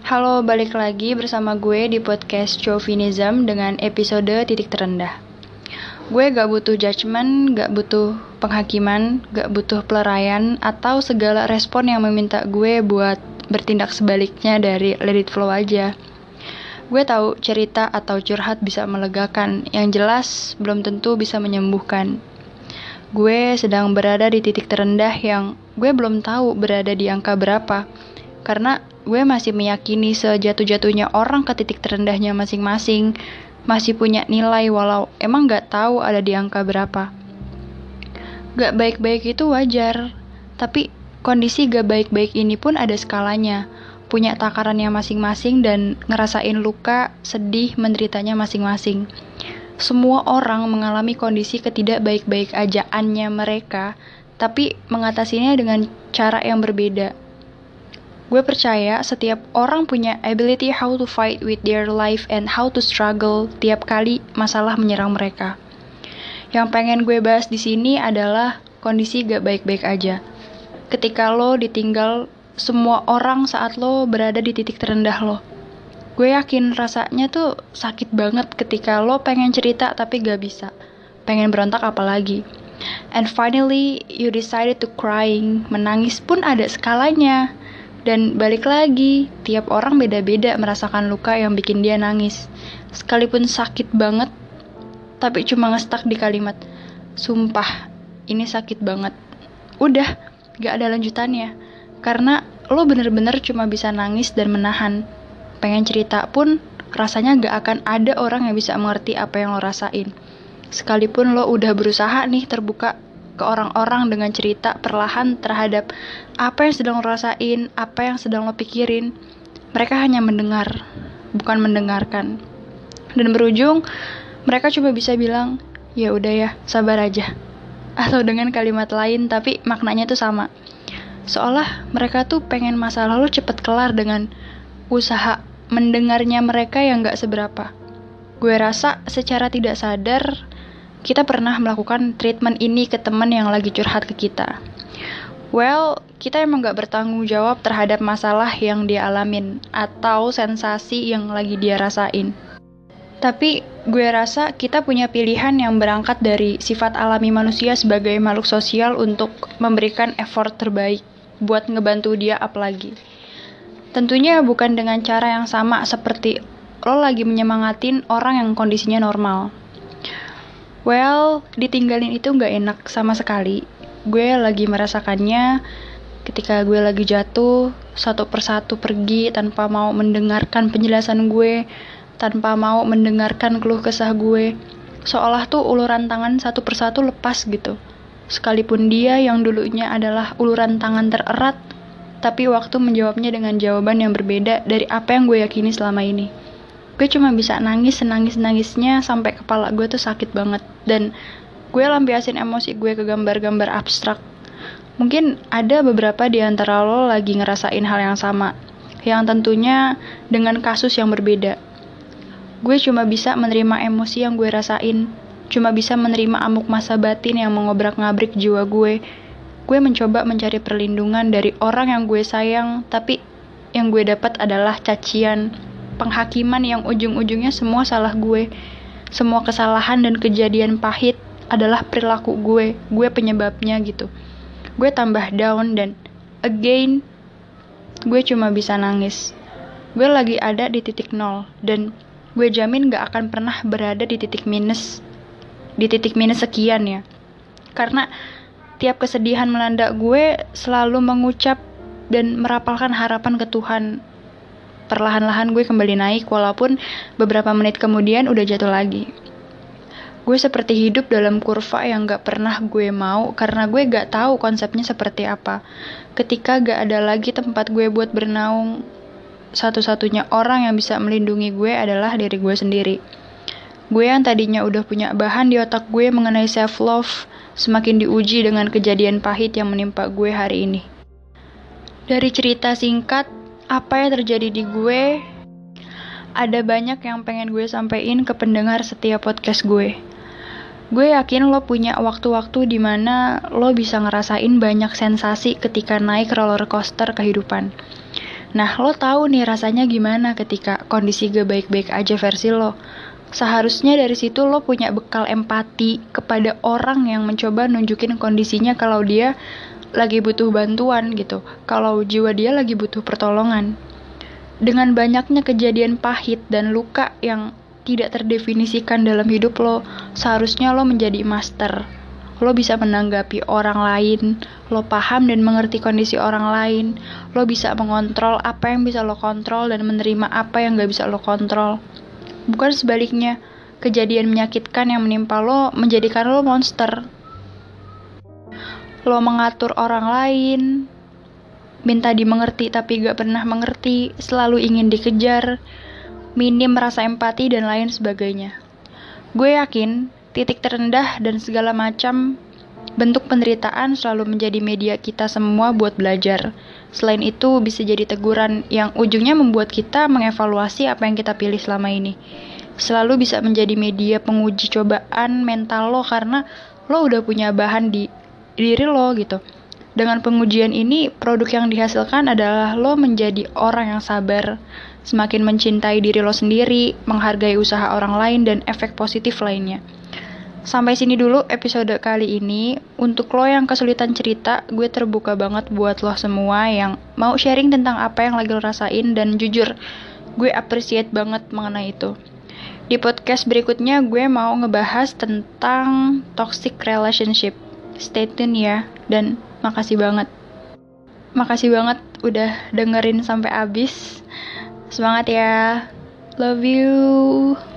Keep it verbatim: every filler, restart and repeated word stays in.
Halo, balik lagi bersama gue di podcast Chauvinism dengan episode titik terendah. Gue gak butuh judgement, gak butuh penghakiman, gak butuh pelarayan, atau segala respon yang meminta gue buat bertindak sebaliknya dari let it flow aja. Gue tahu cerita atau curhat bisa melegakan, yang jelas belum tentu bisa menyembuhkan. Gue sedang berada di titik terendah yang gue belum tahu berada di angka berapa, karena gue masih meyakini sejatuh-jatuhnya orang ke titik terendahnya masing-masing masih punya nilai walau emang gak tahu ada di angka berapa. Gak baik-baik itu wajar, tapi kondisi gak baik-baik ini pun ada skalanya, punya takarannya masing-masing dan ngerasain luka, sedih, menderitanya masing-masing. Semua orang mengalami kondisi ketidak baik-baik ajaannya mereka, tapi mengatasinya dengan cara yang berbeda. Gue percaya setiap orang punya ability how to fight with their life and how to struggle tiap kali masalah menyerang mereka. Yang pengen gue bahas di sini adalah kondisi gak baik-baik aja. Ketika lo ditinggal semua orang saat lo berada di titik terendah lo. Gue yakin rasanya tuh sakit banget ketika lo pengen cerita tapi gak bisa. Pengen berontak apalagi. And finally you decided to crying. Menangis pun ada skalanya. Dan balik lagi, tiap orang beda-beda merasakan luka yang bikin dia nangis. Sekalipun sakit banget, tapi cuma ngestak di kalimat, sumpah, ini sakit banget. Udah, gak ada lanjutannya. Karena lo bener-bener cuma bisa nangis dan menahan. Pengen cerita pun, rasanya gak akan ada orang yang bisa mengerti apa yang lo rasain. Sekalipun lo udah berusaha nih terbuka ke orang-orang dengan cerita perlahan terhadap apa yang sedang lo rasain, apa yang sedang lo pikirin. Mereka hanya mendengar, bukan mendengarkan. Dan berujung, mereka cuma bisa bilang, ya udah ya, sabar aja. Atau dengan kalimat lain, tapi maknanya tuh sama. Seolah mereka tuh pengen masalah lo cepet kelar dengan usaha mendengarnya mereka yang gak seberapa. Gue rasa secara tidak sadar, kita pernah melakukan treatment ini ke teman yang lagi curhat ke kita. Well, kita emang gak bertanggung jawab terhadap masalah yang dia alamin atau sensasi yang lagi dia rasain. Tapi gue rasa kita punya pilihan yang berangkat dari sifat alami manusia sebagai makhluk sosial untuk memberikan effort terbaik buat ngebantu dia apalagi. Tentunya bukan dengan cara yang sama seperti lo lagi menyemangatin orang yang kondisinya normal. Well, ditinggalin itu gak enak sama sekali. Gue lagi merasakannya ketika gue lagi jatuh, satu persatu pergi tanpa mau mendengarkan penjelasan gue, tanpa mau mendengarkan keluh kesah gue. Seolah tuh uluran tangan satu persatu lepas gitu. Sekalipun dia yang dulunya adalah uluran tangan tererat, tapi waktu menjawabnya dengan jawaban yang berbeda dari apa yang gue yakini selama ini. Gue cuma bisa nangis senangis-nangisnya sampai kepala gue tuh sakit banget. Dan gue lampiasin emosi gue ke gambar-gambar abstrak. Mungkin ada beberapa di antara lo lagi ngerasain hal yang sama, yang tentunya dengan kasus yang berbeda. Gue cuma bisa menerima emosi yang gue rasain, cuma bisa menerima amuk masa batin yang mengobrak-ngabrik jiwa gue. Gue mencoba mencari perlindungan dari orang yang gue sayang, tapi yang gue dapat adalah cacian, penghakiman yang ujung-ujungnya semua salah gue. Semua kesalahan dan kejadian pahit adalah perilaku gue. Gue penyebabnya gitu. Gue tambah down dan again gue cuma bisa nangis. Gue lagi ada di titik nol dan gue jamin gak akan pernah berada di titik minus. Di titik minus sekian ya. Karena tiap kesedihan melanda gue selalu mengucap dan merapalkan harapan ke Tuhan. Perlahan-lahan gue kembali naik walaupun beberapa menit kemudian udah jatuh lagi. Gue seperti hidup dalam kurva yang gak pernah gue mau karena gue gak tahu konsepnya seperti apa. Ketika gak ada lagi tempat gue buat bernaung, satu-satunya orang yang bisa melindungi gue adalah diri gue sendiri. Gue yang tadinya udah punya bahan di otak gue mengenai self-love, semakin diuji dengan kejadian pahit yang menimpa gue hari ini. Dari cerita singkat, apa yang terjadi di gue, ada banyak yang pengen gue sampein ke pendengar setiap podcast gue. Gue yakin lo punya waktu-waktu di mana lo bisa ngerasain banyak sensasi ketika naik roller coaster kehidupan. Nah, lo tahu nih rasanya gimana ketika kondisi gak baik-baik aja versi lo. Seharusnya dari situ lo punya bekal empati kepada orang yang mencoba nunjukin kondisinya kalau dia lagi butuh bantuan gitu, kalau jiwa dia lagi butuh pertolongan. Dengan banyaknya kejadian pahit dan luka yang tidak terdefinisikan dalam hidup lo, seharusnya lo menjadi master. Lo bisa menanggapi orang lain, lo paham dan mengerti kondisi orang lain, lo bisa mengontrol apa yang bisa lo kontrol dan menerima apa yang gak bisa lo kontrol. Bukan sebaliknya, kejadian menyakitkan yang menimpa lo menjadikan lo monster. Lo mengatur orang lain, minta dimengerti tapi gak pernah mengerti, selalu ingin dikejar, minim rasa empati dan lain sebagainya. Gue yakin titik terendah dan segala macam bentuk penderitaan selalu menjadi media kita semua buat belajar. Selain itu bisa jadi teguran yang ujungnya membuat kita mengevaluasi apa yang kita pilih selama ini. Selalu bisa menjadi media penguji cobaan mental lo karena lo udah punya bahan di diri lo gitu. Dengan pengujian ini, produk yang dihasilkan adalah lo menjadi orang yang sabar, semakin mencintai diri lo sendiri, menghargai usaha orang lain dan efek positif lainnya. Sampai sini dulu episode kali ini. Untuk lo yang kesulitan cerita, gue terbuka banget buat lo semua yang mau sharing tentang apa yang lagi lo rasain, dan jujur, gue appreciate banget mengenai itu. Di podcast berikutnya gue mau ngebahas tentang toxic relationship. Stay tune ya, dan makasih banget. Makasih banget udah dengerin sampai habis. Semangat ya. Love you.